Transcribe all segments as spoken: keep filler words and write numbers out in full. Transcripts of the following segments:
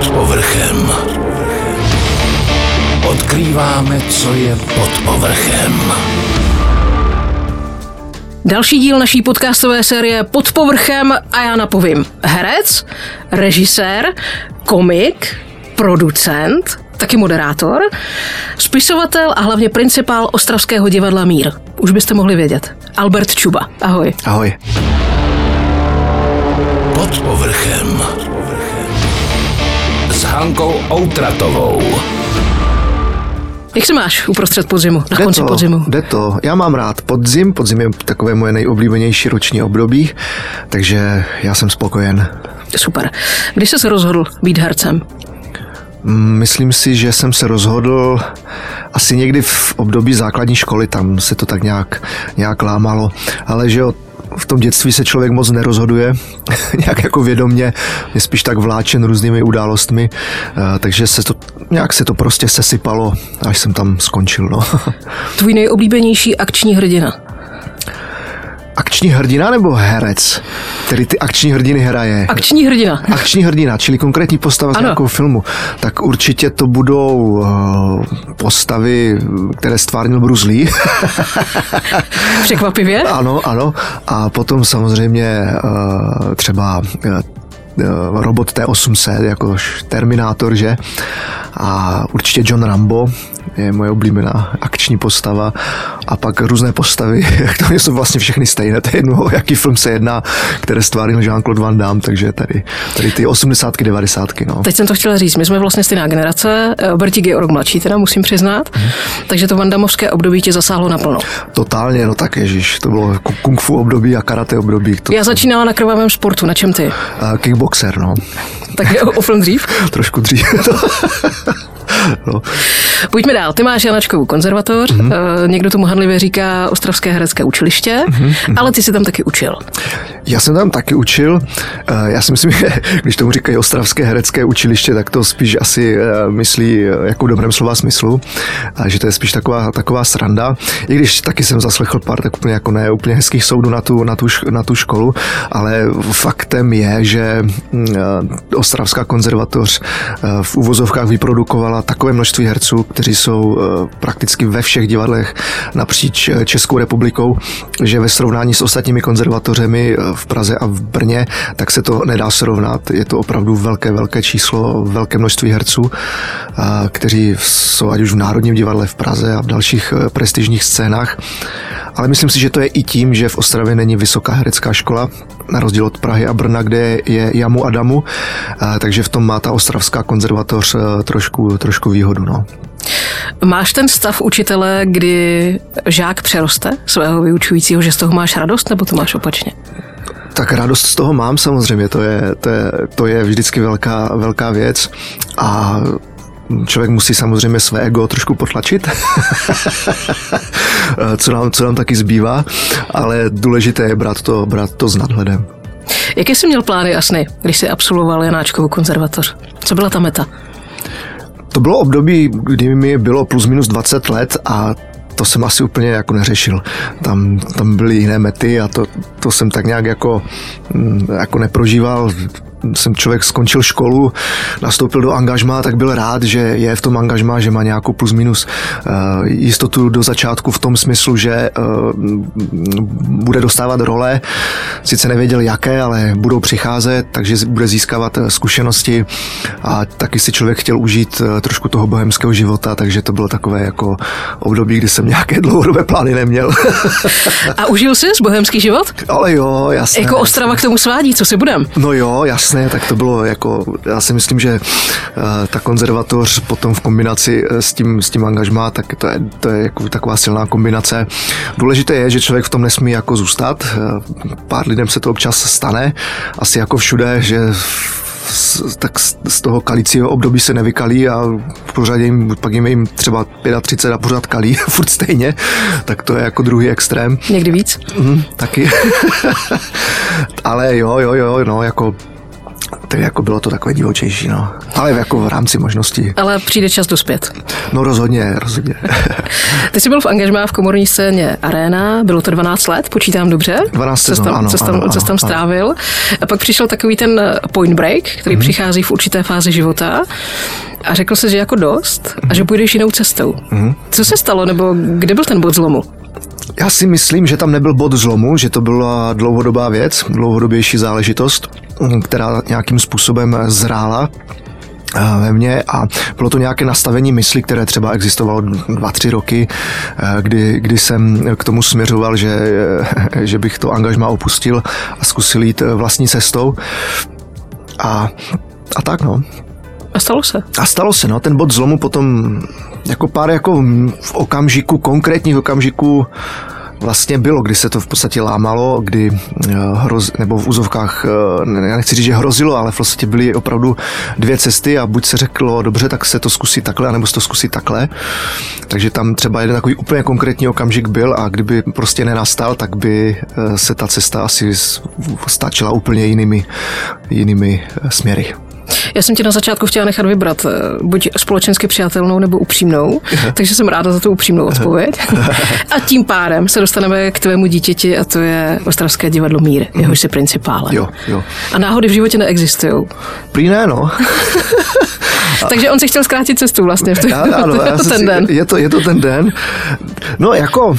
Pod povrchem. Odkrýváme, co je pod povrchem. Další díl naší podcastové série Pod povrchem a já napovím. Herec, režisér, komik, producent, taky moderátor, spisovatel a hlavně principál ostravského divadla Mír. Už byste mohli vědět. Albert Čuba. Ahoj. Ahoj. Pod povrchem. S Hankou Outratovou. Jak se máš uprostřed podzimu, na jde konci to, podzimu? Jde to. Já mám rád podzim. Podzim je takové moje nejoblíbenější roční období, takže já jsem spokojen. Super. Kdy jsi se rozhodl být hercem? Myslím si, že jsem se rozhodl asi někdy v období základní školy, tam se to tak nějak, nějak lámalo, ale že jo, v tom dětství se člověk moc nerozhoduje, nějak jako vědomně, je spíš tak vláčen různými událostmi, takže se to, nějak se to prostě sesypalo, až jsem tam skončil. No. Tvůj nejoblíbenější akční hrdina? Akční hrdina nebo herec, který ty akční hrdiny hraje? Akční hrdina. Akční hrdina, čili konkrétní postava z ano. nějakého filmu. Tak určitě to budou uh, postavy, které stvárnil Bruce Lee. Překvapivě? Ano, ano. A potom samozřejmě uh, třeba uh, robot T osm set, jakož Terminátor, že? A určitě John Rambo je moje oblíbená akční postava. A pak různé postavy, to jsou vlastně všechny stejné, to je jedno, o jaký film se jedná, které stvárnil Jean-Claude Van Damme, takže tady, tady ty osmdesátky, devadesátky. No. Teď jsem to chtěla říct, my jsme vlastně stejná generace, Bertík je o rok mladší, teda musím přiznat, hmm. takže to Van Dammovské období tě zasáhlo naplno. Totálně, no tak ježiš, to bylo kung fu období a karate období. To, Já začínala na krvavém sportu, na čem ty? Uh, kickboxer, no. Tak o, o film dřív? Trošku dřív. No. Pojďme dál. Ty máš Janačkovu konzervatoř, mm-hmm. někdo tomu hanlivě říká Ostravské herecké učiliště, mm-hmm. ale ty jsi tam taky učil. Já jsem tam taky učil. Já si myslím, že když tomu říkají Ostravské herecké učiliště, tak to spíš asi myslí jako v dobrém slova smyslu, že to je spíš taková, taková sranda. I když taky jsem zaslechl pár tak úplně jako ne úplně hezkých soudů na tu, na tu, na tu školu, ale faktem je, že Ostravská konzervatoř v uvozovkách vyprodukovala takové množství herců, kteří jsou prakticky ve všech divadlech napříč Českou republikou, že ve srovnání s ostatními konzervatořemi v Praze a v Brně, tak se to nedá srovnat. Je to opravdu velké, velké číslo, velké množství herců, kteří jsou ať už v Národním divadle v Praze a v dalších prestižních scénách. Ale myslím si, že to je i tím, že v Ostravě není vysoká herecká škola, na rozdíl od Prahy a Brna, kde je jamu a damu, takže v tom má ta Ostravská konzervatoř trošku, trošku výhodu. No. Máš ten stav učitele, kdy žák přeroste svého vyučujícího, že z toho máš radost, nebo to máš opačně? Tak radost z toho mám samozřejmě, to je, to je, to je vždycky velká, velká věc a člověk musí samozřejmě své ego trošku potlačit, co, nám, co nám taky zbývá, ale důležité je brát to, brát to s nadhledem. Jaké jsi měl plány a sny, když jsi absolvoval Janáčkovu konzervatoř? Co byla ta meta? To bylo období, kdy mi bylo plus minus dvacet let a to jsem asi úplně jako neřešil. Tam, tam byly jiné mety a to, to jsem tak nějak jako, jako neprožíval. Jsem člověk skončil školu, nastoupil do angažmá, tak byl rád, že je v tom angažmá, že má nějakou plus minus uh, jistotu do začátku v tom smyslu, že uh, bude dostávat role, sice nevěděl jaké, ale budou přicházet, takže bude získávat zkušenosti a taky si člověk chtěl užít uh, trošku toho bohemského života, takže to bylo takové jako období, kdy jsem nějaké dlouhodobé plány neměl. A užil jsi bohemský život? Ale jo, jasně. Jako Ostrava k tomu svádí, co si budem? No jo, jasně. Tak to bylo jako, já si myslím, že uh, ta konzervatoř potom v kombinaci s tím, s tím angažmá, tak to je, to je jako taková silná kombinace. Důležité je, že člověk v tom nesmí jako zůstat. Uh, pár lidem se to občas stane, asi jako všude, že tak z toho kalícího období se nevykalí a pořád jim, pak jim, jim třeba třicet pět a pořád kalí, furt stejně, tak to je jako druhý extrém. Někdy víc? Mm, taky. Ale jo, jo, jo, no, jako tak jako bylo to takové divočejší, no. Ale jako v rámci možností. Ale přijde čas dospět. No rozhodně, rozhodně. Ty jsi byl v angažmá v komorní scéně Arena, bylo to dvanáct let, počítám dobře. dvanáct sezon, ano, co jsi tam, ano, co jsi tam ano, strávil. Ano. A pak přišel takový ten point break, který mm-hmm. přichází v určité fázi života. A řekl jsi, že jako dost mm-hmm. a že půjdeš jinou cestou. Mm-hmm. Co se stalo, nebo kde byl ten bod zlomu? Já si myslím, že tam nebyl bod zlomu, že to byla dlouhodobá věc, dlouhodobější záležitost, která nějakým způsobem zrála ve mně a bylo to nějaké nastavení mysli, které třeba existovalo dva, tři roky, kdy, kdy jsem k tomu směřoval, že, že bych to angažmá opustil a zkusil jít vlastní cestou. A, a tak no. A stalo se? A stalo se, no. Ten bod zlomu potom jako pár jako v okamžiku, konkrétních okamžiků vlastně bylo, kdy se to v podstatě lámalo, kdy hroz, nebo v úzovkách, já nechci říct, že hrozilo, ale v podstatě byly opravdu dvě cesty a buď se řeklo, dobře, tak se to zkusí takhle, anebo se to zkusí takhle. Takže tam třeba jeden takový úplně konkrétní okamžik byl a kdyby prostě nenastal, tak by se ta cesta asi stáčela úplně jinými, jinými směry. Já jsem ti na začátku chtěla nechat vybrat buď společensky přijatelnou nebo upřímnou, takže jsem ráda za tu upřímnou odpověď. A tím pádem se dostaneme k tvému dítěti a to je Ostravské divadlo Mír, jehož jsi principálem. Jo, jo. A náhody v životě neexistujou. Prý ne, no. Takže on si chtěl zkrátit cestu vlastně v to, já, ano, to, já ten si, den. Je to, je to ten den. No jako...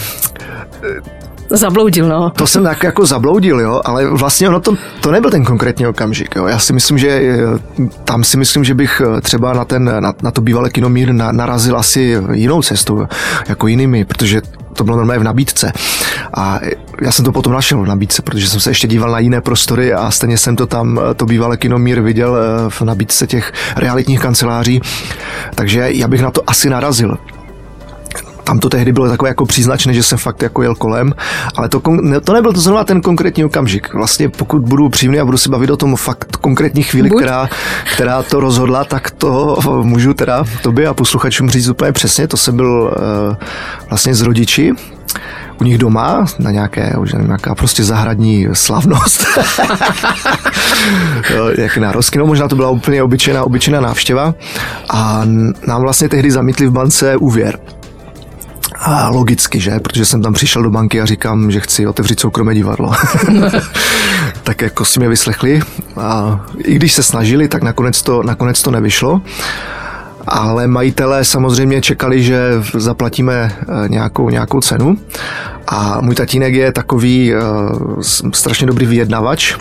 Zabloudil, no. To jsem tak jako zabloudil, jo, ale vlastně ono to, to nebyl ten konkrétní okamžik, jo. Já si myslím, že tam si myslím, že bych třeba na, ten, na, na to bývalé kino Mír na, narazil asi jinou cestou, jako jinými, protože to bylo normálně v nabídce. A já jsem to potom našel v nabídce, protože jsem se ještě díval na jiné prostory a stejně jsem to tam, to bývalé kino Mír viděl v nabídce těch realitních kanceláří, takže já bych na to asi narazil. Tam to tehdy bylo takové jako příznačné, že jsem fakt jako jel kolem, ale to, to nebyl to zrovna ten konkrétní okamžik. Vlastně pokud budu přímý a budu si bavit o tom fakt konkrétní chvíli, která, která to rozhodla, tak to můžu teda tobě a posluchačům říct úplně přesně. To jsem byl uh, vlastně s rodiči u nich doma, na nějaké, už nevím, nějaká prostě zahradní slavnost. Jak narozky, no možná to byla úplně obyčejná, obyčejná návštěva a nám vlastně tehdy zamítli v bance úvěr. A logicky, že? Protože jsem tam přišel do banky a říkám, že chci otevřít soukromé divadlo. Tak jako si mě vyslechli a i když se snažili, tak nakonec to, nakonec to nevyšlo. Ale majitelé samozřejmě čekali, že zaplatíme nějakou, nějakou cenu a můj tatínek je takový uh, strašně dobrý vyjednavač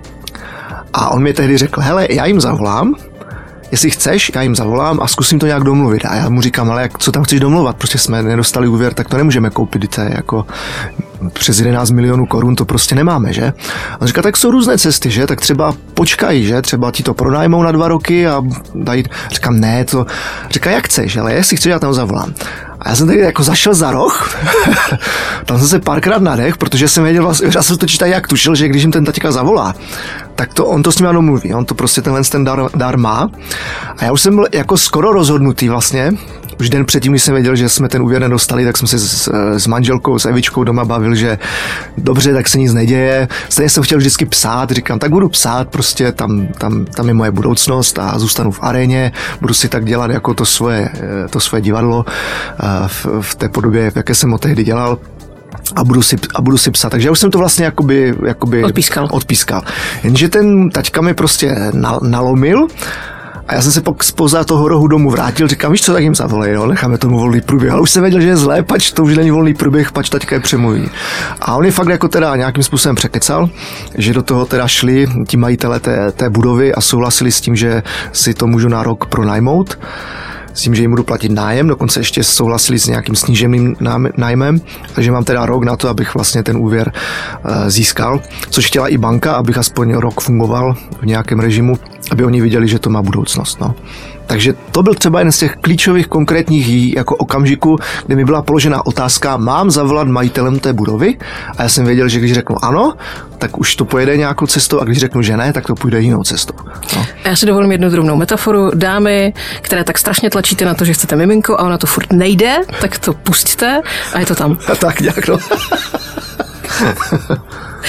a on mi tehdy řekl, hele, já jim zavolám, jestli chceš, já jim zavolám a zkusím to nějak domluvit. A já mu říkám, ale jak, co tam chceš domluvat? Prostě jsme nedostali úvěr, tak to nemůžeme koupit. To je jako přes jedenáct milionů korun, to prostě nemáme, že? A on říká, tak jsou různé cesty, že? Tak třeba počkají, že? Třeba ti to pronajmou na dva roky a dají. Říkám, ne, to. Říká, jak chceš, ale jestli chceš, já tam zavolám. A já jsem tady jako zašel za roh, tam jsem se párkrát nadech, protože jsem věděl, vlastně, já jsem to čítal jak tušil, že když jim ten taťka zavolá, tak to on to s ním domluví, on to prostě tenhle ten dar, dar má. A já už jsem byl jako skoro rozhodnutý vlastně, už den předtím, když jsem věděl, že jsme ten úvěr nedostali, tak jsem se s, s manželkou, s Evičkou doma bavil, že dobře, tak se nic neděje. Stejně jsem chtěl vždycky psát, říkám, tak budu psát, prostě tam, tam, tam je moje budoucnost a zůstanu v aréně, budu si tak dělat jako to svoje, to svoje divadlo v, v té podobě, v jaké jsem ho tehdy dělal. A budu, si, a budu si psát. Takže já už jsem to vlastně jakoby, jakoby odpískal. odpískal. Jenže ten taťka mi prostě nal, nalomil a já jsem se pak spoza toho rohu domů vrátil, říkám, víš co, tak jim zavolej, jo, necháme tomu volný průběh. Ale už jsem věděl, že je zlé, pač to už není volný průběh, pač taťka je přemluví. A on je fakt jako teda nějakým způsobem překecal, že do toho teda šli ti majitele té, té budovy a souhlasili s tím, že si to můžu na rok pronajmout. S tím, že jim budu platit nájem, dokonce ještě souhlasili s nějakým sníženým nájmem, takže mám teda rok na to, abych vlastně ten úvěr získal, což chtěla i banka, abych aspoň rok fungoval v nějakém režimu, aby oni viděli, že to má budoucnost. No. Takže to byl třeba jeden z těch klíčových konkrétních jako okamžiků, kdy mi byla položena otázka, mám zavolat majitelem té budovy? A já jsem věděl, že když řeknu ano, tak už to pojede nějakou cestou a když řeknu, že ne, tak to půjde jinou cestou. No. Já si dovolím jednu drobnou metaforu. Dámy, které tak strašně tlačíte na to, že chcete miminko a ona to furt nejde, tak to pusťte a je to tam. A tak nějak, no.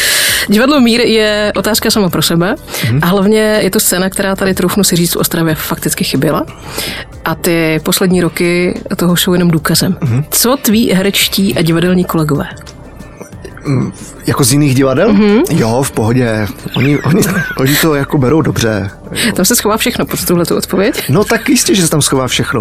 Divadlo Mír je otázka sama pro sebe mm. a hlavně je to scéna, která tady, troufnu si říct, v Ostravě fakticky chyběla. A ty poslední roky toho jsou jenom důkazem. Mm. Co tví herečtí a divadelní kolegové? Jako z jiných divadel? Mm-hmm. Jo, v pohodě. Oni, oni, oni to jako berou dobře. Tam se schová všechno pod tuhletu odpověď? No tak jistě, že se tam schová všechno.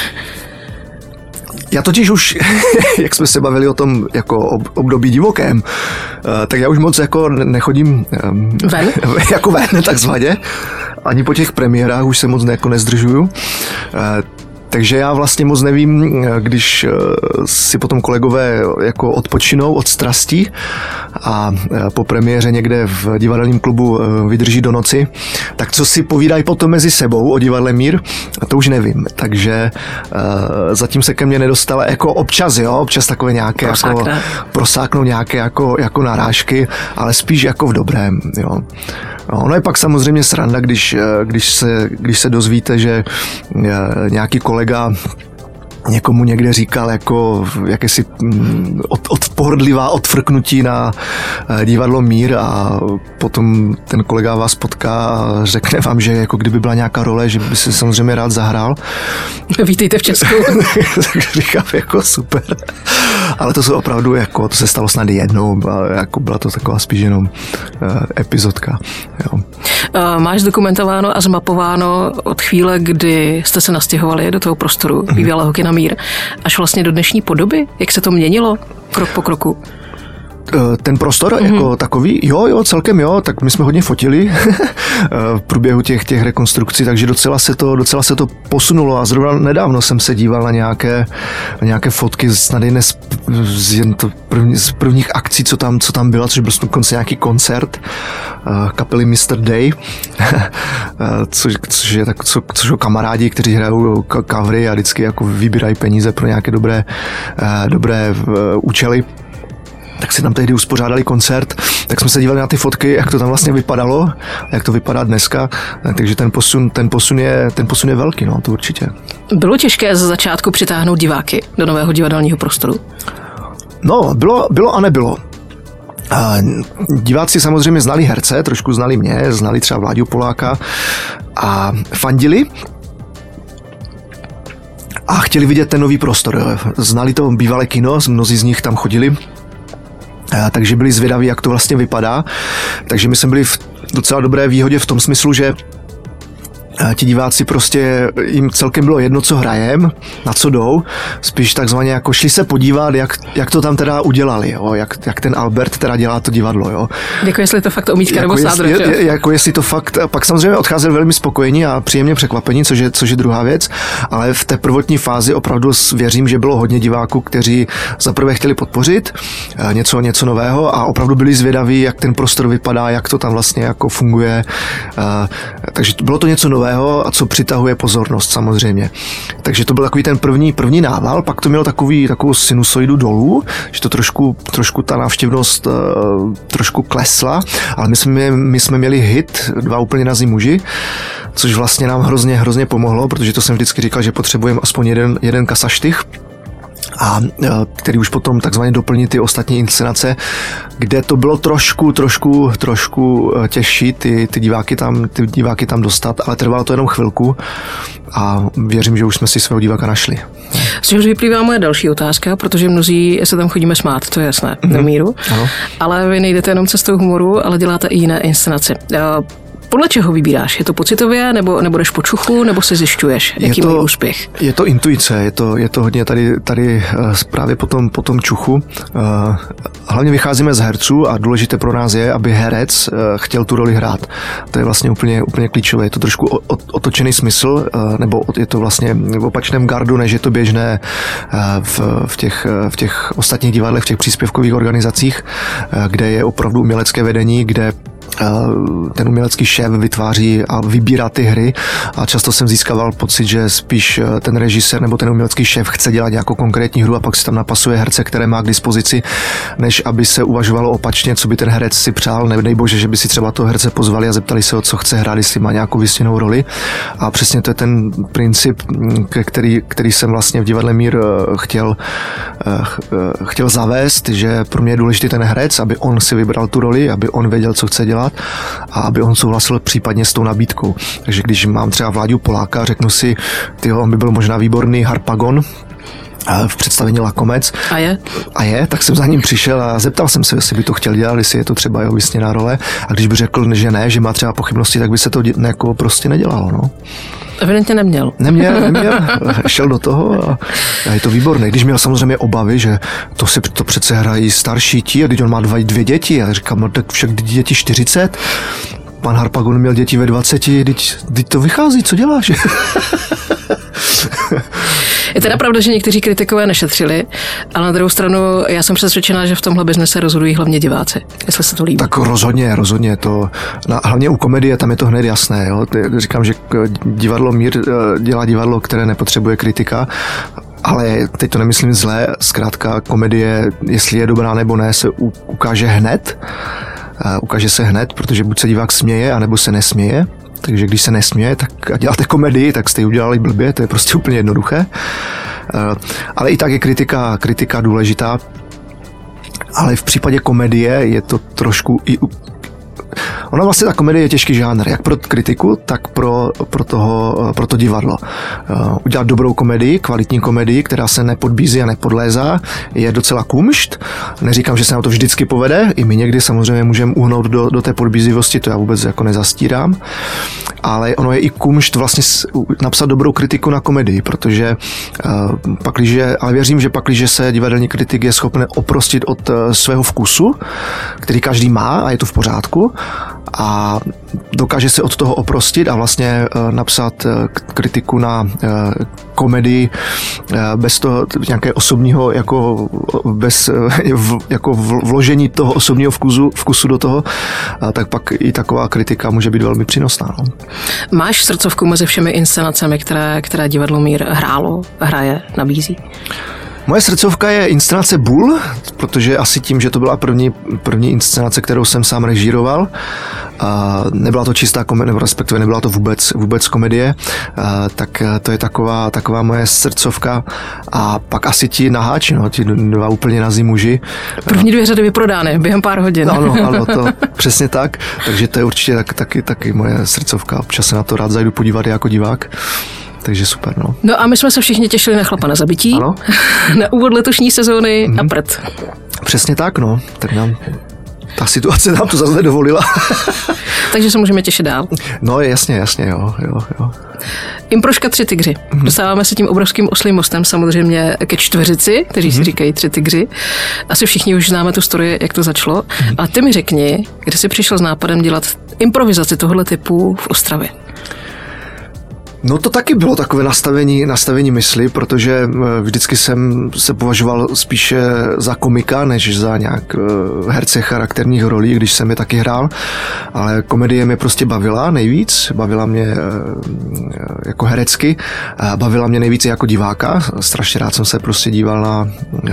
Já totiž už, jak jsme se bavili o tom jako období divokém, tak já už moc jako nechodím ven, jako ven takzvaně. Ani po těch premiérách už se moc jako nezdržuju. Takže já vlastně moc nevím, když si potom kolegové jako odpočinou od strastí a po premiéře někde v divadelním klubu vydrží do noci, tak co si povídají potom mezi sebou o divadle Mír, to už nevím. Takže zatím se ke mně nedostala jako občas, jo, občas takové nějaké Prosákne. jako prosáknou nějaké jako, jako narážky, ale spíš jako v dobrém, jo. No, ono je pak samozřejmě sranda, když, když, se, když se dozvíte, že nějaký kolega někomu někde říkal jako jakési od, od pohrdlivá odfrknutí na divadlo Mír a potom ten kolega vás potká a řekne vám, že jako kdyby byla nějaká role, že by si samozřejmě rád zahrál. Vítejte v Česku. Tak říkám jako super. Ale to jsou opravdu jako, to se stalo snad jednou, jako byla to taková spíš jenom epizodka. Jo. Máš zdokumentováno a zmapováno od chvíle, kdy jste se nastěhovali do toho prostoru bývalého kina Mír, až vlastně do dnešní podoby? Jak se to měnilo krok po kroku? Ten prostor mm-hmm. jako takový, jo, jo, celkem jo, tak my jsme hodně fotili v průběhu těch, těch rekonstrukcí, takže docela se, to, docela se to posunulo a zrovna nedávno jsem se díval na nějaké, na nějaké fotky snad jedné z, z, první, z prvních akcí, co tam, co tam byla, což byl dokonce nějaký koncert kapely mister Day, což, což je tak, co, což jsou kamarádi, kteří hrajou covery a vždycky jako vybírají peníze pro nějaké dobré, dobré účely. Tak si tam tehdy uspořádali koncert, tak jsme se dívali na ty fotky, jak to tam vlastně vypadalo, jak to vypadá dneska, takže ten posun, ten posun, je, ten posun je velký, no, to určitě. Bylo těžké ze začátku přitáhnout diváky do nového divadelního prostoru? No, bylo, bylo a nebylo. A diváci samozřejmě znali herce, trošku znali mě, znali třeba Vláďu Poláka a fandili a chtěli vidět ten nový prostor. Znali to bývalé kino, mnozí z nich tam chodili, takže byli zvědaví, jak to vlastně vypadá. Takže my jsme byli v docela dobré výhodě v tom smyslu, že ti diváci prostě, jim celkem bylo jedno, co hrajem, na co jdou, spíš takzvaně jako šli se podívat, jak, jak to tam teda udělali, jo? Jak, jak ten Albert teda dělá to divadlo. Jo? Jako jestli to fakt Omítka jako nebo Sádro. Je, je, jako jestli to fakt, pak samozřejmě odcházeli velmi spokojení a příjemně překvapení, což je, což je druhá věc, ale v té prvotní fázi opravdu věřím, že bylo hodně diváků, kteří zaprvé chtěli podpořit něco, něco nového a opravdu byli zvědaví, jak ten prostor vypadá, jak to tam vlastně jako funguje. Takže bylo to něco nového a co přitahuje pozornost samozřejmě. Takže to byl takový ten první, první nával, pak to mělo takový, takovou sinusoidu dolů, že to trošku, trošku ta návštěvnost uh, trošku klesla, ale my jsme, my jsme měli hit Dva úplně nazí muži, což vlastně nám hrozně, hrozně pomohlo, protože to jsem vždycky říkal, že potřebujeme aspoň jeden, jeden kasaštych, a který už potom takzvaně doplní ty ostatní inscenace, kde to bylo trošku, trošku, trošku těžší ty, ty, diváky tam, ty diváky tam dostat, ale trvalo to jenom chvilku a věřím, že už jsme si svého diváka našli. Z čehož vyplývá moje další otázka, protože mnozí se tam chodíme smát, to je jasné, mm-hmm. na míru, ano. Ale vy nejdete jenom cestou humoru, ale děláte i jiné inscenace. Podle čeho vybíráš? Je to pocitově, nebo, nebo jdeš po čuchu, nebo si zjišťuješ, jaký mají úspěch? Je to intuice, je to, je to hodně tady, tady právě po tom, po tom čuchu. Hlavně vycházíme z herců a důležité pro nás je, aby herec chtěl tu roli hrát. To je vlastně úplně, úplně klíčové. Je to trošku otočený smysl, nebo je to vlastně v opačném gardu, než je to běžné v, v, těch, v těch ostatních divadlech, v těch příspěvkových organizacích, kde je opravdu umělecké vedení, kde ten umělecký šéf vytváří a vybírá ty hry a často jsem získával pocit, že spíš ten režisér nebo ten umělecký šéf chce dělat nějakou konkrétní hru a pak si tam napasuje herce, které má k dispozici, než aby se uvažovalo opačně, co by ten herec si přál, nedej bože, že by si třeba toho herce pozvali a zeptali se, o co chce hrát, jestli má nějakou vysněnou roli. A přesně to je ten princip, který, který jsem vlastně v divadle Mír chtěl, chtěl zavést, že pro mě je důležitý ten herec, aby on si vybral tu roli, aby on věděl, co chce dělat a aby on souhlasil případně s tou nabídkou. Takže když mám třeba Vláďu Poláka, řeknu si, tyjo, on by byl možná výborný Harpagon v představení Lakomec. A je? A je, tak jsem za ním přišel a zeptal jsem se, jestli by to chtěl dělat, jestli je to třeba jeho vysněná role. A když by řekl, že ne, že má třeba pochybnosti, tak by se to jako prostě nedělalo. No. Evidentně neměl. Neměl, neměl. Šel do toho a, a je to výborné. Když měl samozřejmě obavy, že to se to přece hrají starší ti, a když on má dva, dvě děti, a říkám, no tak však děti čtyřicet, pan Harpagon měl děti ve dvaceti, teď, teď to vychází, co děláš? Je teda pravda, že někteří kritikové nešetřili, ale na druhou stranu já jsem přesvědčená, že v tomhle biznese rozhodují hlavně diváci, jestli se to líbí. Tak rozhodně, rozhodně to, na, hlavně u komedie tam je to hned jasné. Jo? Říkám, že divadlo Mír dělá divadlo, které nepotřebuje kritika, ale teď to nemyslím zlé, zkrátka komedie, jestli je dobrá nebo ne, se u, ukáže hned, ukáže se hned, protože buď se divák směje, anebo se nesměje. Takže když se nesměje, tak a děláte komedii, tak jste ji udělali blbě, to je prostě úplně jednoduché. Ale i tak je kritika, kritika důležitá. Ale v případě komedie je to trošku i... Ona vlastně ta komedie je těžký žánr, jak pro kritiku, tak pro, pro, toho, pro to divadlo. Udělat dobrou komedii, kvalitní komedii, která se nepodbízí a nepodlézá, je docela kumšt. Neříkám, že se nám to vždycky povede, i my někdy samozřejmě můžeme uhnout do, do té podbízivosti, to já vůbec jako nezastírám, ale ono je i kumšt vlastně napsat dobrou kritiku na komedii, protože pakliže, ale věřím, že pakliže se divadelní kritik je schopen oprostit od svého vkusu, který každý má a je to v pořádku, a dokáže se od toho oprostit a vlastně napsat kritiku na komedii bez toho nějaké osobního jako bez jako vložení toho osobního vkusu, vkusu do toho, tak pak i taková kritika může být velmi přínosná. No. Máš srdcovku mezi všemi inscenacemi, které, které divadlo Mír hrálo, hraje, nabízí? Moje srdcovka je inscenace Bull, protože asi tím, že to byla první, první inscenace, kterou jsem sám režíroval. A nebyla to čistá komedie, respektive nebyla to vůbec, vůbec komedie, a tak to je taková, taková moje srdcovka. A pak asi ti naháči, no, ti dva úplně nazí muži. První dvě řady vyprodány během pár hodin. Ano, ano, to přesně tak. Takže to je určitě tak, taky, taky moje srdcovka. Občas se na to rád zajdu podívat jako divák. Takže super, no. No a my jsme se všichni těšili na Chlapa na zabití, ano? Na úvod letošní sezóny mm-hmm. a prd. Přesně tak, no. Tak nám, ta situace nám to zase nedovolila. Takže se můžeme těšit dál. No jasně, jasně, jo, jo, jo. Improška Tři tygři. Mm-hmm. Dostáváme se tím obrovským oslím mostem samozřejmě ke čtveřici, kteří mm-hmm. si říkají Tři tygři. Asi všichni už známe tu story, jak to začalo. Mm-hmm. Ale ty mi řekni, kde jsi přišel s nápadem dělat improvizaci tohoto typu v Ostravě? No to taky bylo takové nastavení, nastavení mysli, protože vždycky jsem se považoval spíše za komika, než za nějak herce charakterních rolí, když jsem je taky hrál, ale komedie mě prostě bavila nejvíc, bavila mě jako herecky, bavila mě nejvíce jako diváka, strašně rád jsem se prostě díval na,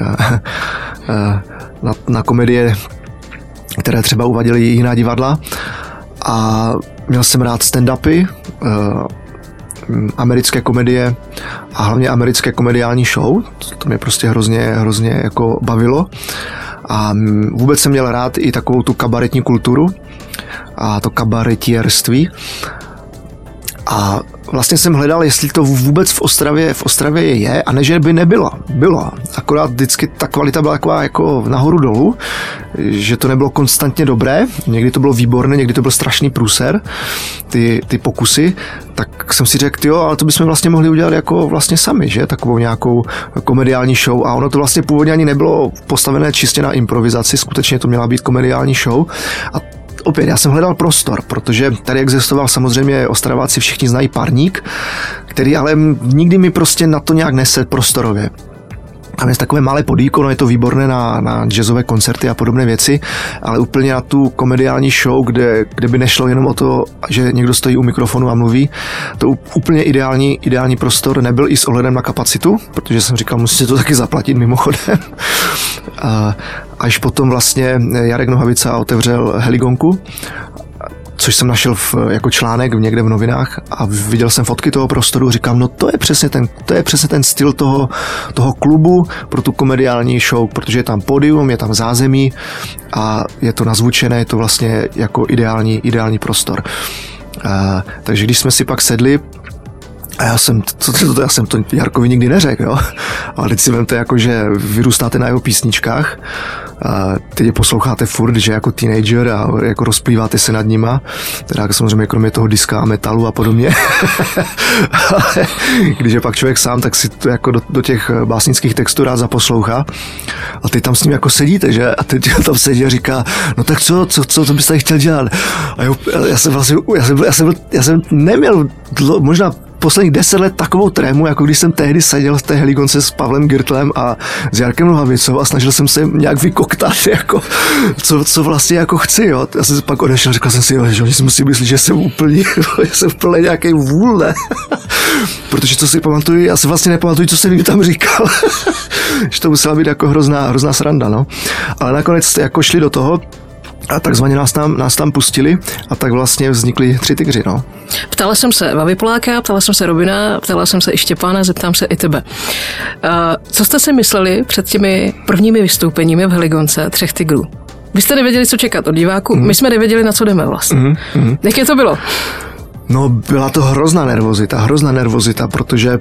na, na komedie, které třeba uváděly jiná divadla, a měl jsem rád stand-upy, americké komedie a hlavně americké komediální show. To mě prostě hrozně, hrozně jako bavilo. A vůbec jsem měl rád i takovou tu kabaretní kulturu a to kabaretierství. A vlastně jsem hledal, jestli to vůbec v Ostravě, v Ostravě je, a ne, že by nebyla. Byla. Akorát vždycky ta kvalita byla taková jako nahoru dolů, že to nebylo konstantně dobré. Někdy to bylo výborné, někdy to byl strašný průser, ty, ty pokusy. Tak jsem si řekl, jo, ale to bychom vlastně mohli udělat jako vlastně sami, že? Takovou nějakou komediální show. A ono to vlastně původně ani nebylo postavené čistě na improvizaci, skutečně to měla být komediální show. A opět, já jsem hledal prostor, protože tady existoval samozřejmě, Ostraváci všichni znají Parník, který ale nikdy mi prostě na to nějak nese prostorově. Tam je takové malé podíko, no je to výborné na, na jazzové koncerty a podobné věci, ale úplně na tu komediální show, kde, kde by nešlo jenom o to, že někdo stojí u mikrofonu a mluví, to úplně ideální, ideální prostor nebyl i s ohledem na kapacitu, protože jsem říkal, musíte to taky zaplatit mimochodem. A až potom vlastně Jarek Nohavica otevřel Heligonku, což jsem našel v, jako článek někde v novinách a viděl jsem fotky toho prostoru, říkám, no to je přesně ten, to je přesně ten styl toho, toho klubu pro tu komediální show, protože je tam pódium, je tam zázemí a je to nazvučené, je to vlastně jako ideální, ideální prostor. A, takže když jsme si pak sedli, a já jsem, to, to, to, já jsem to Jarkovi nikdy neřekl, jo. Ale teď si vemte jako, že vyrůstáte na jeho písničkách, a teď je posloucháte furt, že jako teenager a jako rozplýváte se nad nima, teda samozřejmě kromě toho diska a metalu a podobně. Ale když je pak člověk sám, tak si to jako do, do těch básnických textů rád zaposlouchá. A teď tam s ním jako sedíte, že? A teď tam sedí a říká, no tak co, co, co, co byste tady chtěl dělat? A jo, já jsem vlastně, já jsem, já jsem, já jsem neměl dlo, možná posledních deset let takovou trému, jako když jsem tehdy seděl v té Heligonce s Pavlem Girtlem a s Jarkem Nohavicou a snažil jsem se nějak vykoktat, jako, co, co vlastně jako chci, jo. Já jsem pak odešel, říkal jsem si, jo, že oni si musí myslet, že jsem úplný, že jsem plný nějaký vůle. Protože co si pamatuju, já si vlastně nepamatuju, co jsem jim tam říkal. Že to musela být jako hrozná, hrozná sranda, no. Ale nakonec jako šli do toho, a takzvaně nás tam, nás tam pustili a tak vlastně vznikly Tři tygři, no. Ptala jsem se Vavy Poláka, ptala jsem se Robina, ptala jsem se i Štěpána, zeptám se i tebe. Uh, co jste si mysleli před těmi prvními vystoupeními v Heligonce Třech tygrů? Vy jste nevěděli, co čekat od diváků, mm. my jsme nevěděli, na co jdeme vlastně. Mm. Mm. Jaké to bylo? No, byla to hrozná nervozita, hrozná nervozita, protože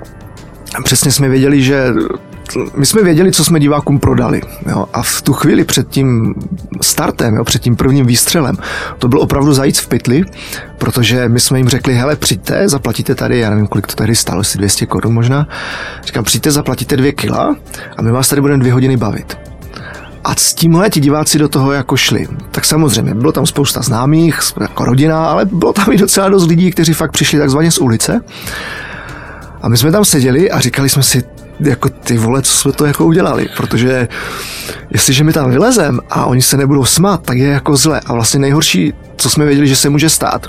přesně jsme věděli, že my jsme věděli, co jsme divákům prodali. Jo? A v tu chvíli před tím startem, jo? Před tím prvním výstřelem, to byl opravdu zajíc v pytli, protože my jsme jim řekli, hele, přijďte, zaplatíte tady, já nevím, kolik to tady stálo, asi dvě stě korun možná. Říkám, přijďte, zaplatíte dvě kila a my vás tady budeme dvě hodiny bavit. A s tímhle ti diváci do toho jako šli. Tak samozřejmě, bylo tam spousta známých, jako rodina, ale bylo tam i docela dost lidí, kteří fakt přišli takzvaně z ulice. A my jsme tam seděli a říkali jsme si, jako ty vole, co jsme to jako udělali, protože jestliže my tam vylezem a oni se nebudou smát, tak je jako zle. A vlastně nejhorší, co jsme věděli, že se může stát,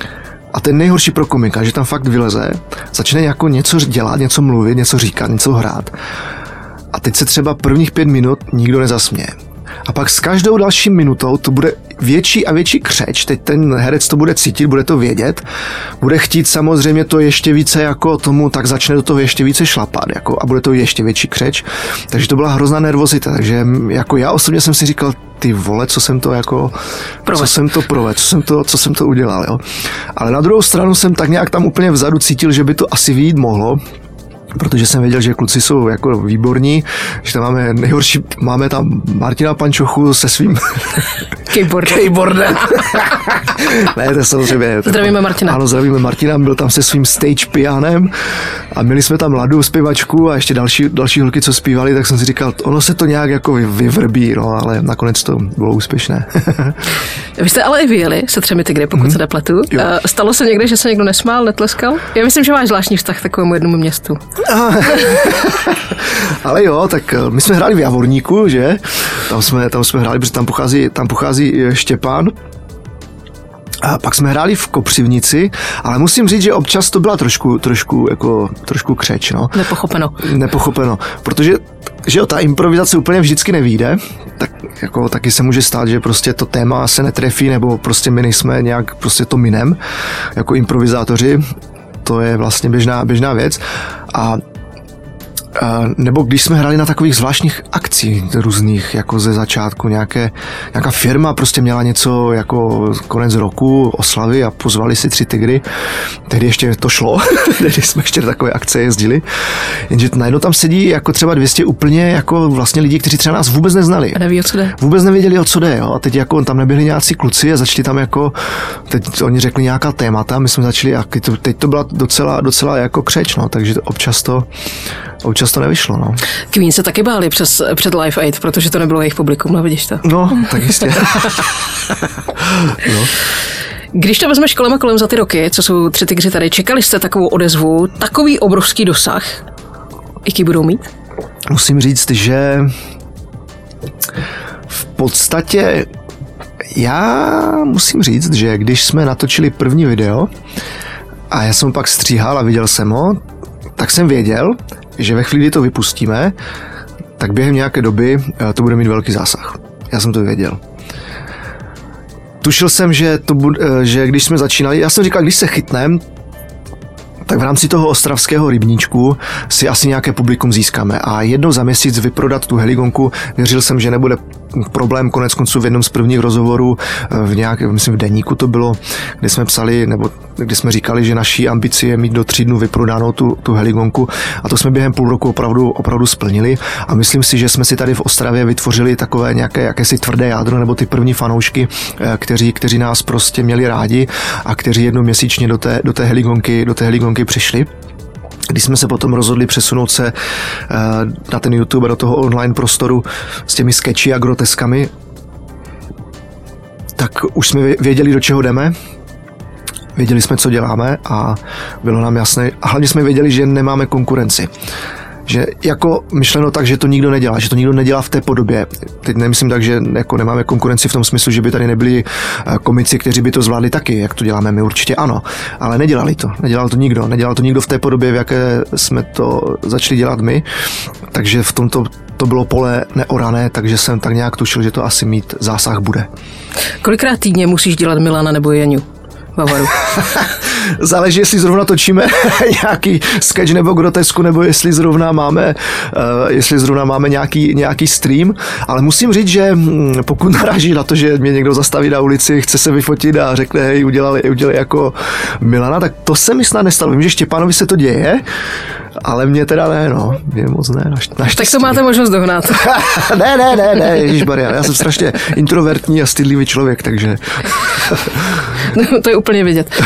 a ten nejhorší pro komika, že tam fakt vyleze, začne jako něco dělat, něco mluvit, něco říkat, něco hrát. A teď se třeba prvních pět minut nikdo nezasměje. A pak s každou další minutou to bude větší a větší křeč, teď ten herec to bude cítit, bude to vědět, bude chtít samozřejmě to ještě více jako tomu, tak začne do toho ještě více šlapat jako, a bude to ještě větší křeč, takže to byla hrozná nervozita, takže jako já osobně jsem si říkal, ty vole, co jsem to jako, Prove. co jsem to provedl, co jsem to, co jsem to udělal, jo. Ale na druhou stranu jsem tak nějak tam úplně vzadu cítil, že by to asi vyjít mohlo, protože jsem věděl, že kluci jsou jako výborní, že tam máme nejhorší, máme tam Martina Pančochu se svým keyboardem. keyboardem. Ne, to je samozřejmě. Zdravíme Martina. Ano, zdravíme Martina, byl tam se svým stage pianem a měli jsme tam Ladu zpěvačku a ještě další, další holky, co zpívali, tak jsem si říkal, ono se to nějak jako vyvrbí, no, ale nakonec to bylo úspěšné. Vy jste ale i vyjeli se Třemi tygry, pokud mm-hmm. se nepletu. Stalo se někde, že se někdo nesmál, netleskal? Já myslím, že máš zvláštní vztah k takovému jednomu městu. Ale jo, tak my jsme hráli v Javorníku, že? Tam jsme, tam jsme hráli, protože tam pochází, tam pochází Štěpán. A pak jsme hráli v Kopřivnici, ale musím říct, že občas to byla trošku, trošku, jako, trošku křeč, no. Nepochopeno. Nepochopeno, protože že jo, ta improvizace úplně vždycky nevyjde, tak jako taky se může stát, že prostě to téma se netrefí, nebo prostě my nejsme nějak prostě to minem, jako improvizátoři. To je vlastně běžná, běžná věc. A, a nebo když jsme hráli na takových zvláštních akcích různých, jako ze začátku nějaké, nějaká firma prostě měla něco jako konec roku, oslavy a pozvali si Tři tygry. Tehdy ještě to šlo, tehdy jsme ještě takové akce jezdili. Jenže najednou tam sedí jako třeba dvě stě úplně jako vlastně lidí, kteří třeba nás vůbec neznali. A neví, o co jde. Vůbec nevěděli, o co jde, jo. A teď jako tam nebyli nějací kluci a začali tam jako, teď oni řekli nějaká témata, my jsme začali, a teď to byla docela, docela jako křeč, no, takže občas to, občas to nevyšlo, no. Queen se taky báli přes, před Live Aid, protože to nebylo jejich publikum, no vidíš to. No, tak jistě. No. Když to vezmeš kolem a kolem za ty roky, co jsou Tři tygři tady, čekali jste takovou odezvu, takový obrovský dosah, jaký budou mít? musím říct, že v podstatě já musím říct, že když jsme natočili první video a já jsem pak stříhal a viděl jsem ho, tak jsem věděl, že ve chvíli, kdy to vypustíme, tak během nějaké doby to bude mít velký zásah. Já jsem to věděl. Tušil jsem, že, to bude, že když jsme začínali, já jsem říkal, když se chytneme, tak v rámci toho ostravského rybníčku si asi nějaké publikum získáme. A jednou za měsíc vyprodat tu heligonku, věřil jsem, že nebude problém. Konec konců v jednom z prvních rozhovorů, v nějak, myslím v deníku to bylo, kde jsme psali, nebo kde jsme říkali, že naší ambici je mít do tří dnů vyprodánou tu, tu heligonku. A to jsme během půl roku opravdu, opravdu splnili. A myslím si, že jsme si tady v Ostravě vytvořili takové nějaké jakési tvrdé jádro, nebo ty první fanoušky, kteří, kteří nás prostě měli rádi a kteří jednou měsíčně do té, do té heligonky, do té heligonky přišli. Když jsme se potom rozhodli přesunout se na ten YouTube, do toho online prostoru s těmi sketchy a groteskami, tak už jsme věděli, do čeho jdeme, věděli jsme, co děláme a bylo nám jasné, a hlavně jsme věděli, že nemáme konkurenci. Že jako myšleno tak, že to nikdo nedělá, že to nikdo nedělá v té podobě. Teď nemyslím tak, že jako nemáme konkurenci v tom smyslu, že by tady nebyli komici, kteří by to zvládli taky, jak to děláme my, určitě ano, ale nedělali to, nedělal to nikdo, nedělal to nikdo v té podobě, v jaké jsme to začali dělat my, takže v tomto to bylo pole neorané, takže jsem tak nějak tušil, že to asi mít zásah bude. Kolikrát týdně musíš dělat Milana nebo Jaňu? Bavaru. Záleží, jestli zrovna točíme nějaký sketch nebo grotesku, nebo jestli zrovna máme, uh, jestli zrovna máme nějaký, nějaký stream, ale musím říct, že pokud naráží na to, že mě někdo zastaví na ulici, chce se vyfotit a řekne, hej, udělali, udělali jako Milana, tak to se mi snad nestalo. Vím, že Štěpánovi se to děje, ale mě teda ne, no, mě moc ne. Naštěstí. Tak to máte možnost dohnat. ne, ne, ne, ne, ježišmarja, já jsem strašně introvertní a stydlivý člověk, takže... no, to je úplně vidět.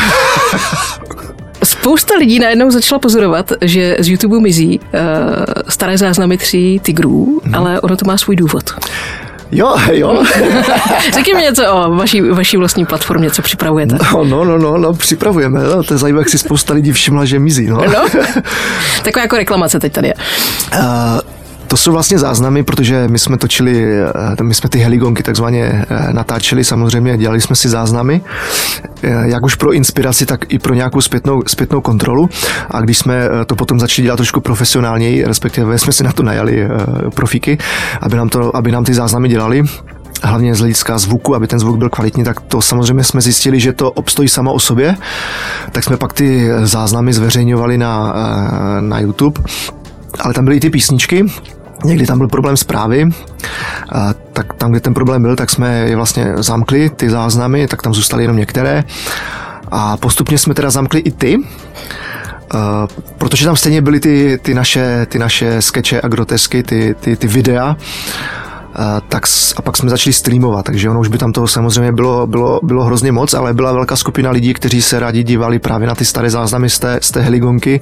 Spousta lidí najednou začala pozorovat, že z YouTube mizí uh, staré záznamy tří tigrů, hmm. ale ono to má svůj důvod. Jo, jo. Řekni mi něco o vaší, vaší vlastní platformě, co připravujete. No, no, no, no, no připravujeme. No, to je zajímavé, jak si spousta lidí všimla, že mizí. No. no. Taková jako reklamace teď tady je. Uh, To jsou vlastně záznamy, protože my jsme točili, my jsme ty heligonky takzvaně natáčeli, samozřejmě dělali jsme si záznamy, jak už pro inspiraci, tak i pro nějakou zpětnou, zpětnou kontrolu. A když jsme to potom začali dělat trošku profesionálněji, respektive jsme si na to najali profíky, aby nám, to, aby nám ty záznamy dělali, hlavně z hlediska zvuku, aby ten zvuk byl kvalitní, tak to samozřejmě jsme zjistili, že to obstojí samo o sobě. Tak jsme pak ty záznamy zveřejňovali na, na YouTube, ale tam byly i ty písničky. Někdy tam byl problém zprávy, tak tam, kde ten problém byl, tak jsme je vlastně zamkli, ty záznamy, tak tam zůstaly jenom některé. A postupně jsme teda zamkli i ty, protože tam stejně byly ty, ty, naše, ty naše skeče a grotesky, ty, ty, ty videa. Tak, a pak jsme začali streamovat, takže ono už by tam toho samozřejmě bylo, bylo, bylo hrozně moc, ale byla velká skupina lidí, kteří se rádi dívali právě na ty staré záznamy z té, z té heligonky.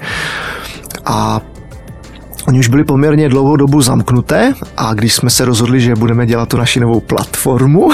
A oni už byli poměrně dlouhou dobu zamknuté a když jsme se rozhodli, že budeme dělat tu naši novou platformu,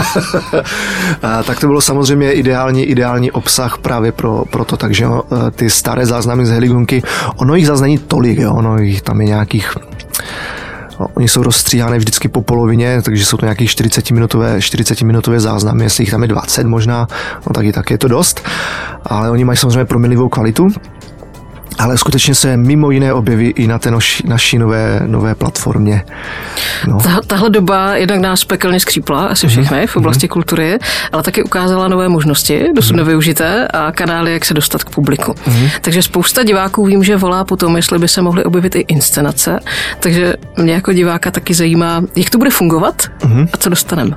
tak to bylo samozřejmě ideální, ideální obsah právě pro, pro to, takže ty staré záznamy z heligonky, ono jich zase není tolik, jo, ono jich tam je nějakých, no, oni jsou rozstříhané vždycky po polovině, takže jsou to nějakých čtyřicetiminutové, čtyřicetiminutové záznamy, jestli jich tam je dvacet možná, no tak, i tak je to dost, ale oni mají samozřejmě proměnlivou kvalitu. Ale skutečně se mimo jiné objeví i na té noši, naší nové, nové platformě. No. Ta, tahle doba jednak nás pekelně skřípla, asi všechny, mm-hmm. v oblasti mm-hmm. kultury, ale taky ukázala nové možnosti, dosud mm-hmm. nevyužité, a kanály, jak se dostat k publiku. Mm-hmm. Takže spousta diváků vím, že volá potom, jestli by se mohly objevit i inscenace, takže mě jako diváka taky zajímá, jak to bude fungovat mm-hmm. a co dostaneme.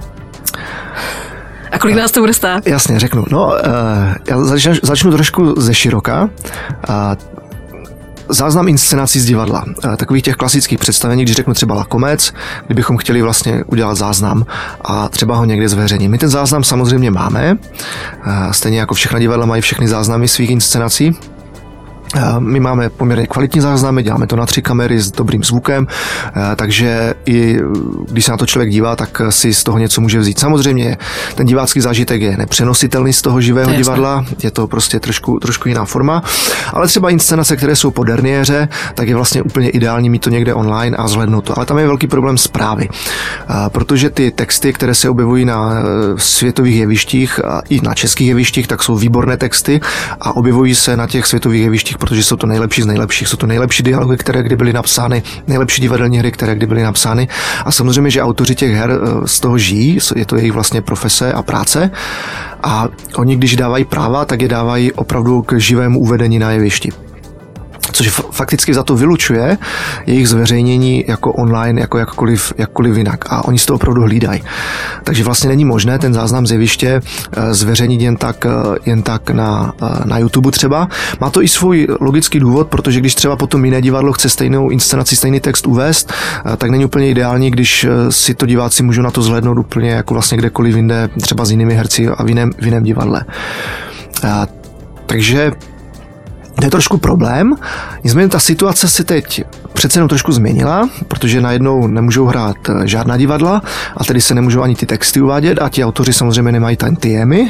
A kolik nás to bude stát? Jasně, řeknu. No, uh, já začnu, začnu trošku ze široka. Uh, Záznam inscenací z divadla. Takových těch klasických představení, když řeknu třeba Lakomec, kdybychom chtěli vlastně udělat záznam a třeba ho někde zveřejnit. My ten záznam samozřejmě máme, stejně jako všechna divadla mají všechny záznamy svých inscenací, My máme poměrně kvalitní záznamy, děláme to na tři kamery s dobrým zvukem, takže i když se na to člověk dívá, tak si z toho něco může vzít. Samozřejmě ten divácký zážitek je nepřenositelný z toho živého divadla, je to prostě trošku, trošku jiná forma, ale třeba inscenace, které jsou po derniéře, tak je vlastně úplně ideální mít to někde online a zhlédnout to. Ale tam je velký problém zprávy, protože ty texty, které se objevují na světových jevištích a i na českých jevištích, tak jsou výborné texty a objevují se na těch světových jevištích, protože jsou to nejlepší z nejlepších, jsou to nejlepší dialogy, které kdy byly napsány, nejlepší divadelní hry, které kdy byly napsány. A samozřejmě, že autoři těch her z toho žijí, je to jejich vlastně profese a práce. A oni, když dávají práva, tak je dávají opravdu k živému uvedení na jevišti. Což fakticky za to vylučuje jejich zveřejnění jako online, jako jakkoliv, jakkoliv jinak. A oni si to opravdu hlídají. Takže vlastně není možné ten záznam z jeviště zveřejnit jen tak, jen tak na, na YouTube třeba. Má to i svůj logický důvod, protože když třeba potom jiné divadlo chce stejnou inscenaci, stejný text uvést, tak není úplně ideální, když si to diváci můžou na to zhlédnout úplně jako vlastně kdekoliv jinde, třeba s jinými herci a v jiném, v jiném divadle. A, takže to je trošku problém, nicméně ta situace se teď přece jenom trošku změnila, protože najednou nemůžou hrát žádná divadla a tedy se nemůžou ani ty texty uvádět a ti autoři samozřejmě nemají tantiemy,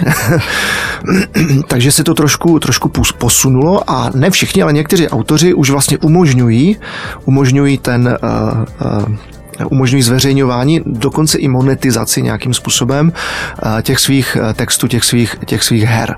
takže se to trošku, trošku posunulo a ne všichni, ale někteří autoři už vlastně umožňují, umožňují ten uh, uh, umožňují zveřejňování, dokonce i monetizaci nějakým způsobem uh, těch svých textů, těch svých, těch svých her.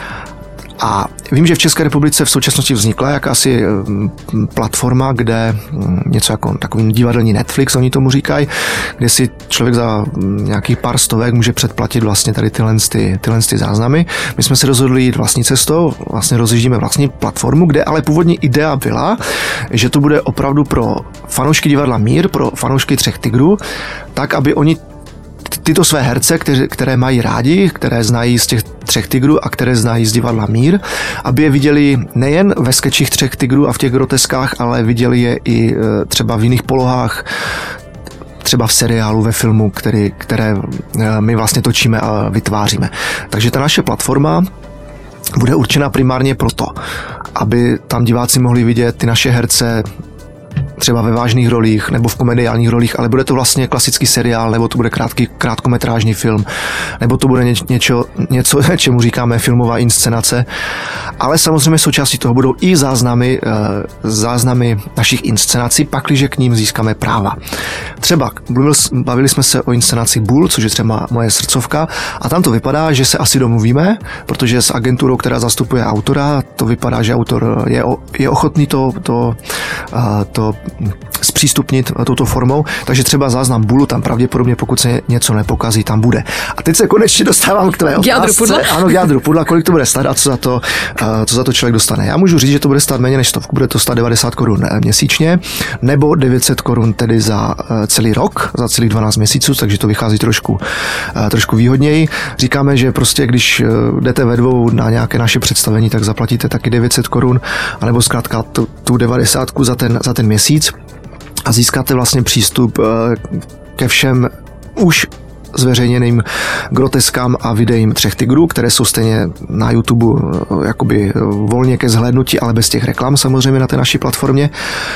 A vím, že v České republice v současnosti vznikla jakási platforma, kde něco jako takový divadelní Netflix, oni tomu říkají, kde si člověk za nějakých pár stovek může předplatit vlastně tady tyhle, ty, tyhle ty záznamy. My jsme se rozhodli jít vlastní cestou, vlastně rozjíždíme vlastní platformu, kde ale původní idea byla, že to bude opravdu pro fanoušky divadla Mír, pro fanoušky Třech tigrů, tak, aby oni tyto své herce, které, které mají rádi, které znají z těch Třech tigrů a které znají z divadla Mír, aby je viděli nejen ve skečích Třech tigrů a v těch groteskách, ale viděli je i třeba v jiných polohách, třeba v seriálu, ve filmu, který, které my vlastně točíme a vytváříme. Takže ta naše platforma bude určena primárně proto, aby tam diváci mohli vidět ty naše herce třeba ve vážných rolích nebo v komediálních rolích, ale bude to vlastně klasický seriál, nebo to bude krátký, krátkometrážní film, nebo to bude něč, něčo, něco, čemu říkáme filmová inscenace. Ale samozřejmě součástí toho budou i záznamy, záznamy našich inscenací, pakliže k ním získáme práva. Třeba bavili jsme se o inscenaci Bull, což je třeba moje srdcovka, a tam to vypadá, že se asi domluvíme, protože s agenturou, která zastupuje autora, to vypadá, že autor je, je ochotný to, to, to zpřístupnit touto formou, takže třeba záznam Bullu tam pravděpodobně, pokud se něco nepokazí, tam bude. A teď se konečně dostávám k tvé otázce. Ano, k jádru pudla, kolik to bude stát a co za to, co za to člověk dostane. Já můžu říct, že to bude stát méně než stovku, bude to stát devadesát korun měsíčně, nebo devět set korun tedy za celý rok, za celých dvanáct měsíců, takže to vychází trošku, trošku výhodněji. Říkáme, že prostě když jdete ve dvou na nějaké naše představení, tak zaplatíte taky devět set korun, anebo zkrátka tu, tu devadesátku za ten, za ten měsíc a získáte vlastně přístup ke všem už zveřejněným groteskám a videím Třech tigrů, které jsou stejně na YouTube jakoby volně ke zhlédnutí, ale bez těch reklam samozřejmě na té naší platformě.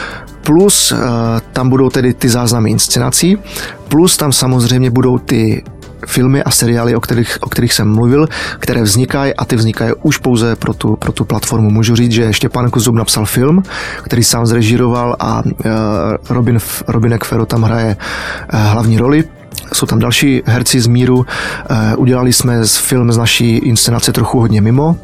Plus tam budou tedy ty záznamy inscenací, plus tam samozřejmě budou ty filmy a seriály, o kterých, o kterých jsem mluvil, které vznikají a ty vznikají už pouze pro tu, pro tu platformu. Můžu říct, že Štěpán Kozub napsal film, který sám zrežíroval a Robin, Robinek Fero tam hraje hlavní roli. Jsou tam další herci z Míru. Udělali jsme film z naší inscenace Trochu hodně mimo.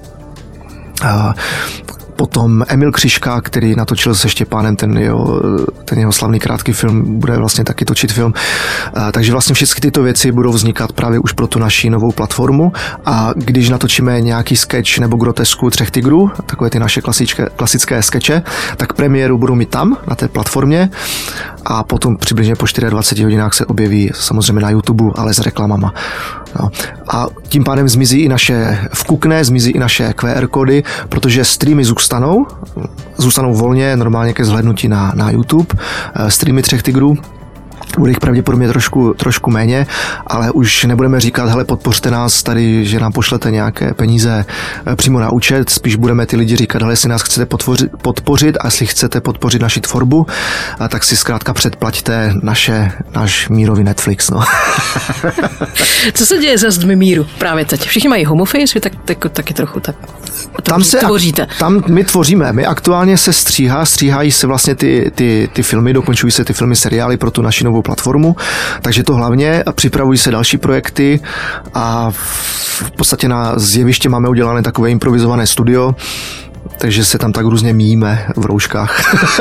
Potom Emil Křižka, který natočil se Štěpánem ten jeho, ten jeho slavný krátký film, bude vlastně taky točit film. Takže vlastně všechny tyto věci budou vznikat právě už pro tu naši novou platformu a když natočíme nějaký sketch nebo grotesku Třech tigrů, takové ty naše klasické, klasické skeče, tak premiéru budou mít tam, na té platformě a potom přibližně po dvaceti čtyřech hodinách se objeví samozřejmě na YouTube, ale s reklamama. No. A tím pádem zmizí i naše vkukné, zmizí i naše Q R kódy, protože streamy zůstanou, zůstanou volně, normálně ke zhlédnutí na, na YouTube, streamy Třech tigrů, Bude jich pravděpodobně trošku, trošku méně, ale už nebudeme říkat, hele, podpořte nás tady, že nám pošlete nějaké peníze přímo na účet, spíš budeme ty lidi říkat, hele, jestli nás chcete podpořit, podpořit a jestli chcete podpořit naši tvorbu, tak si zkrátka předplaťte naše, náš mírový Netflix, no. Co se děje za zdmi míru právě teď? Všichni mají home office, vy tak, tak, taky trochu tak tam se tvoříte. Tam my tvoříme, my aktuálně se stříhá, stříhají se vlastně ty, ty, ty filmy, dokončují se ty filmy, seriály pro tu naši novou platformu, takže to hlavně, připravují se další projekty a v podstatě na zjeviště máme udělané takové improvizované studio, takže se tam tak různě míjíme v rouškách.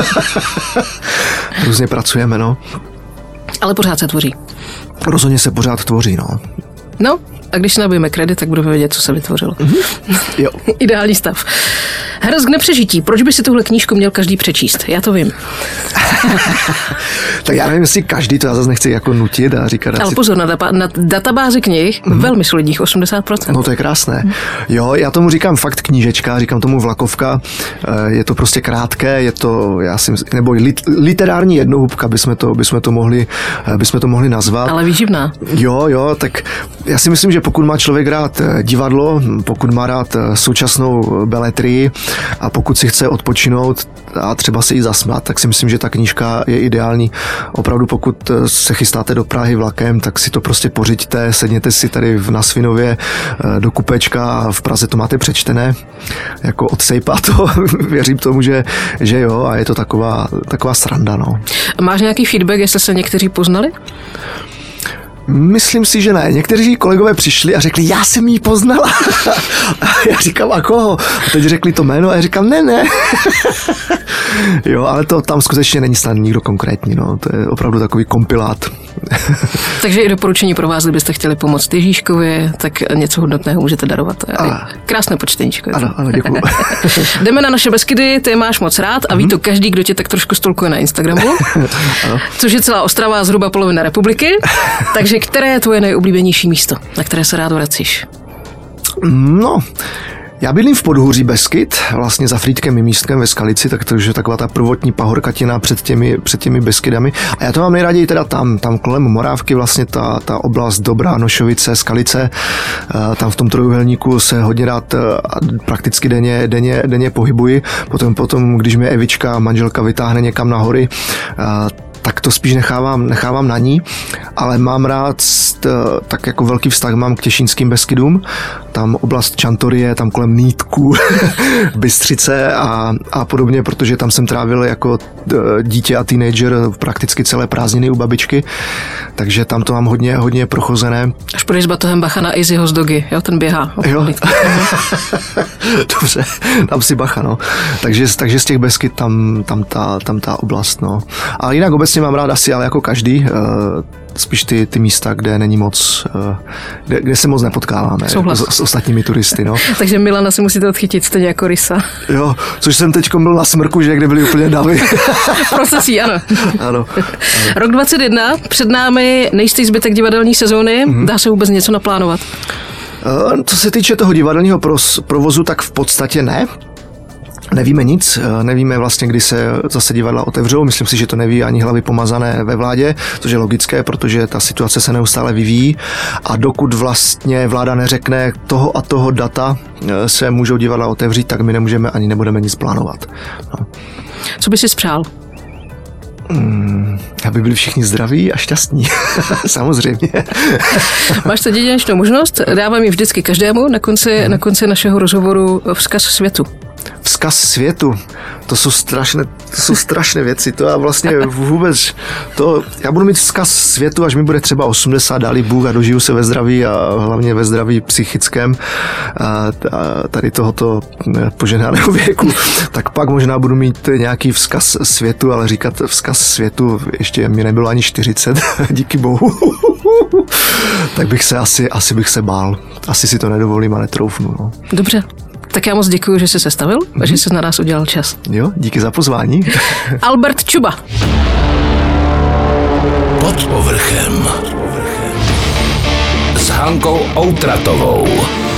Různě pracujeme, no. Ale pořád se tvoří. Rozhodně se pořád tvoří, no. No, a když si nabijeme kredit, tak budeme vědět, co se vytvořilo. Mm-hmm. Jo. Ideální stav. Herec k nepřežití. Proč by si tuhle knížku měl každý přečíst? Já to vím. Tak já nevím, jestli každý, to já zase nechci jako nutit a říkat. Ale asi... pozor, na, data, na databázi knih mm-hmm. velmi solidních osmdesát procent. No to je krásné. Jo, já tomu říkám fakt knížečka, říkám tomu vlakovka. Je to prostě krátké, je to, já si myslím, nebo lit, literární jednohubka bychom to, bychom to mohli, bychom to mohli nazvat. Ale výživná. Jo, jo, tak já si myslím, že pokud má člověk rád divadlo, pokud má rád současnou beletrii a pokud si chce odpočinout a třeba se jí zasmát, tak si myslím, že ta knížka je ideální. Opravdu pokud se chystáte do Prahy vlakem, tak si to prostě pořiďte, sedněte si tady na Svinově do kupečka a v Praze to máte přečtené. Jako odsejpá to, věřím tomu, že, že jo, a je to taková, taková sranda, no. Máš nějaký feedback, jestli se někteří poznali? Myslím si, že ne. Někteří kolegové přišli a řekli, já jsem jí poznala. A já říkám, a koho? A teď řekli to jméno a já říkám, ne, ne. Jo, ale to tam skutečně není snad nikdo konkrétní, no. To je opravdu takový kompilát. Takže i doporučení pro vás, kdybyste chtěli pomoct Ježíškovi, tak něco hodnotného můžete darovat. A, krásné počteníčko. Ano, ano, děkuju. Jdeme na naše Beskydy, ty máš moc rád a ví to každý, kdo tě tak trošku stolkuje na Instagramu, což je celá Ostrava a zhruba polovina republiky. Takže které je tvoje nejoblíbenější místo, na které se rád vracíš? No, já bydlím v podhůří Beskyd, vlastně za Frýdkem i Místkem ve Skalici, tak to je taková ta prvotní pahorkatina před těmi, před těmi Beskydami. A já to mám nejraději teda tam, tam kolem Morávky, vlastně ta, ta oblast Dobrá, Nošovice, Skalice, tam v tom trojuhelníku se hodně rád prakticky denně, denně, denně pohybuji. Potom, potom, když mě Evička, manželka, vytáhne někam na hory, tak to spíš nechávám, nechávám na ní, ale mám rád, tak jako velký vztah mám k Těšínským Beskydům, tam oblast Čantorie, tam kolem Nýtků, Bystřice a, a podobně, protože tam jsem trávil jako dítě a teenager prakticky celé prázdniny u babičky, takže tam to mám hodně, hodně prochozené. Až půjdeš s batohem bacha na Izzyho z Dogy, jo, ten běhá. Jo. Dobře, dám si bacha, no. Takže, takže z těch Beskyd tam, tam, ta, tam ta oblast, no. A jinak obecně mám rád asi, ale jako každý, spíš ty, ty místa, kde není moc, kde, kde se moc nepotkáváme s, s ostatními turisty, no. Takže Milana si musíte odchytit stejně jako Rysa. Jo, což jsem teď byl na smrku, že kde byly úplně davy. Procesí, ano. ano. ano. Rok dvacet jedna, před námi nejistý zbytek divadelní sezóny, mm-hmm. Dá se vůbec něco naplánovat? Co se týče toho divadelního provozu, tak v podstatě ne. Nevíme nic, nevíme vlastně, kdy se zase divadla otevřou. Myslím si, že to neví ani hlavy pomazané ve vládě, což je logické, protože ta situace se neustále vyvíjí. A dokud vlastně vláda neřekne toho a toho data se můžou divadla otevřít, tak my nemůžeme ani nebudeme nic plánovat. No. Co by si spřál? Hmm, aby byli všichni zdraví a šťastní. Samozřejmě. Máš to jedinečnou možnost, dávám ji vždycky každému na konci, na konci našeho rozhovoru vzkaz světu. Vzkaz světu, to jsou strašné, to jsou strašné věci, to já vlastně vůbec, to, já budu mít vzkaz světu, až mi bude třeba osmdesát, dálí Bůh a dožiju se ve zdraví a hlavně ve zdraví psychickém a, a tady tohoto požehnaného věku, tak pak možná budu mít nějaký vzkaz světu, ale říkat vzkaz světu, ještě mi nebylo ani čtyřicet, díky Bohu, tak bych se asi, asi bych se bál, asi si to nedovolím a netroufnu. No. Dobře. Tak já moc děkuji, že jsi se stavil a že jsi na nás udělal čas. Jo, díky za pozvání. Albert Čuba. Pod povrchem. S Hankou Outratovou.